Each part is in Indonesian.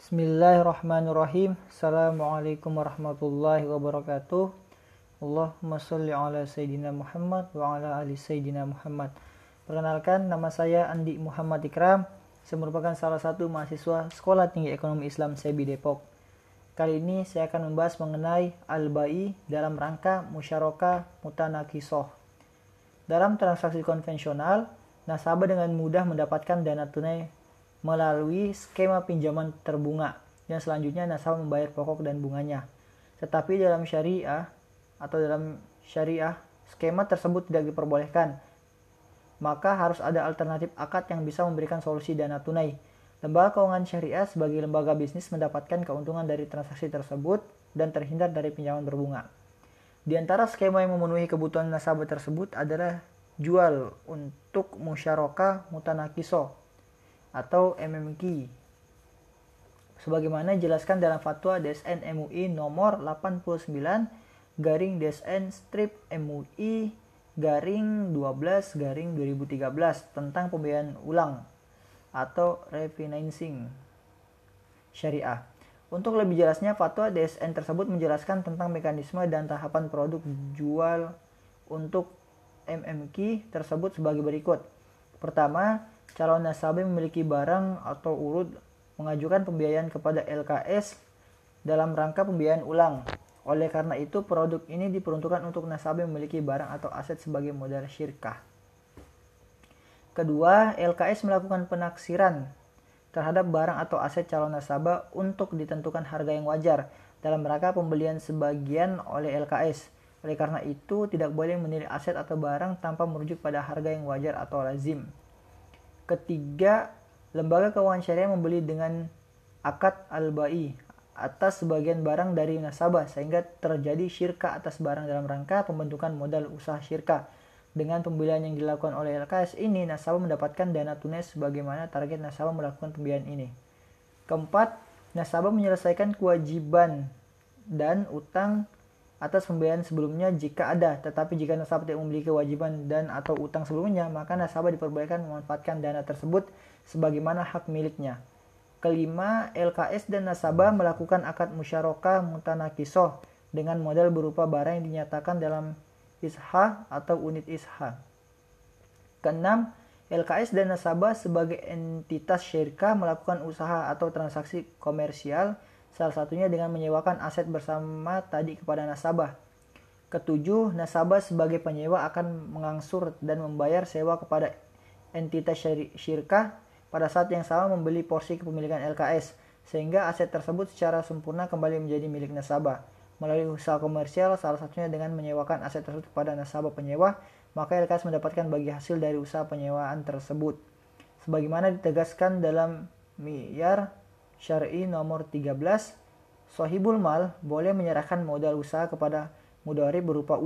Bismillahirrahmanirrahim. Assalamualaikum warahmatullahi wabarakatuh. Allahumma sholli ala Sayyidina Muhammad wa ala ali Sayyidina Muhammad. Perkenalkan, nama saya Andi Muhammad Ikram. Saya merupakan salah satu mahasiswa Sekolah Tinggi Ekonomi Islam SEBI Depok. Kali ini saya akan membahas mengenai al-bai dalam rangka musyarakah mutanakishoh. Dalam transaksi konvensional, nasabah dengan mudah mendapatkan dana tunai melalui skema pinjaman terbunga, dan selanjutnya nasabah membayar pokok dan bunganya. Tetapi dalam syariah skema tersebut tidak diperbolehkan. Maka harus ada alternatif akad yang bisa memberikan solusi dana tunai. Lembaga keuangan syariah sebagai lembaga bisnis mendapatkan keuntungan dari transaksi tersebut dan terhindar dari pinjaman berbunga. Di antara skema yang memenuhi kebutuhan nasabah tersebut adalah jual untuk musyarakah mutanakishoh atau MMQ. Sebagaimana dijelaskan dalam fatwa DSN MUI nomor 89/MUI/12/2013 tentang pembiayaan ulang atau refinancing syariah. Untuk lebih jelasnya, fatwa DSN tersebut menjelaskan tentang mekanisme dan tahapan produk jual untuk MMQ tersebut sebagai berikut. Pertama, calon nasabah memiliki barang atau urut mengajukan pembiayaan kepada LKS dalam rangka pembiayaan ulang. Oleh karena itu, produk ini diperuntukkan untuk nasabah yang memiliki barang atau aset sebagai modal syirkah. Kedua, LKS melakukan penaksiran terhadap barang atau aset calon nasabah untuk ditentukan harga yang wajar dalam rangka pembelian sebagian oleh LKS. Oleh karena itu, tidak boleh menilai aset atau barang tanpa merujuk pada harga yang wajar atau lazim. Ketiga, lembaga keuangan syariah membeli dengan akad al-bai atas sebagian barang dari nasabah sehingga terjadi syirkah atas barang dalam rangka pembentukan modal usaha syirkah. Dengan pembelian yang dilakukan oleh LKS ini, nasabah mendapatkan dana tunai sebagaimana target nasabah melakukan pembiayaan ini. Keempat, nasabah menyelesaikan kewajiban dan utang atas pembiayaan sebelumnya jika ada, tetapi jika nasabah tidak memiliki kewajiban dan atau utang sebelumnya, maka nasabah diperbolehkan memanfaatkan dana tersebut sebagaimana hak miliknya. Kelima, LKS dan nasabah melakukan akad musyarakah mutanakishoh dengan modal berupa barang yang dinyatakan dalam ishah atau unit ishah. Keenam, LKS dan nasabah sebagai entitas syirkah melakukan usaha atau transaksi komersial, salah satunya dengan menyewakan aset bersama tadi kepada nasabah. Ketujuh, nasabah sebagai penyewa akan mengangsur dan membayar sewa kepada entitas syirkah pada saat yang sama membeli porsi kepemilikan LKS, sehingga aset tersebut secara sempurna kembali menjadi milik nasabah. Melalui usaha komersial, salah satunya dengan menyewakan aset tersebut kepada nasabah penyewa, maka LKS mendapatkan bagi hasil dari usaha penyewaan tersebut. Sebagaimana ditegaskan dalam Miyar Syar'i nomor 13, sohibul mal boleh menyerahkan modal usaha kepada mudharib berupa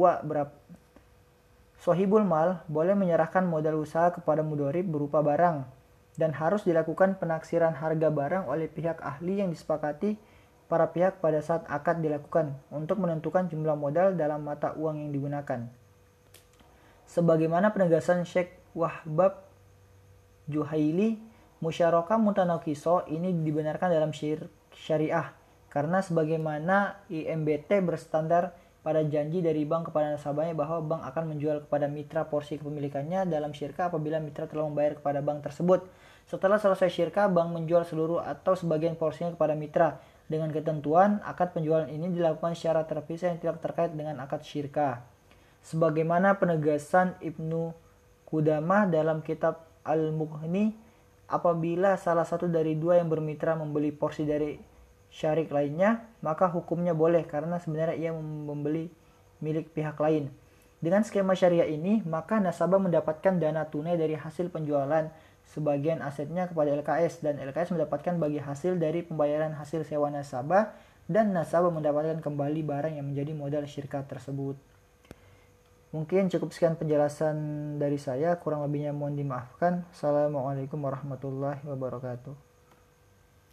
barang dan harus dilakukan penaksiran harga barang oleh pihak ahli yang disepakati para pihak pada saat akad dilakukan untuk menentukan jumlah modal dalam mata uang yang digunakan. Sebagaimana penegasan Syekh Wahbab Juhaili, musyarakah mutanakishoh ini dibenarkan dalam syariah karena sebagaimana IMBT berstandar pada janji dari bank kepada nasabahnya bahwa bank akan menjual kepada mitra porsi kepemilikannya dalam syirkah apabila mitra telah membayar kepada bank tersebut. Setelah selesai syirkah, bank menjual seluruh atau sebagian porsinya kepada mitra dengan ketentuan akad penjualan ini dilakukan secara terpisah yang tidak terkait dengan akad syirkah. Sebagaimana penegasan Ibnu Qudamah dalam kitab Al-Mughni, apabila salah satu dari dua yang bermitra membeli porsi dari syarik lainnya, maka hukumnya boleh karena sebenarnya ia membeli milik pihak lain. Dengan skema syariah ini, maka nasabah mendapatkan dana tunai dari hasil penjualan sebagian asetnya kepada LKS dan LKS mendapatkan bagi hasil dari pembayaran hasil sewa nasabah dan nasabah mendapatkan kembali barang yang menjadi modal syirkah tersebut. Mungkin cukup sekian penjelasan dari saya, kurang lebihnya mohon dimaafkan. Assalamualaikum warahmatullahi wabarakatuh.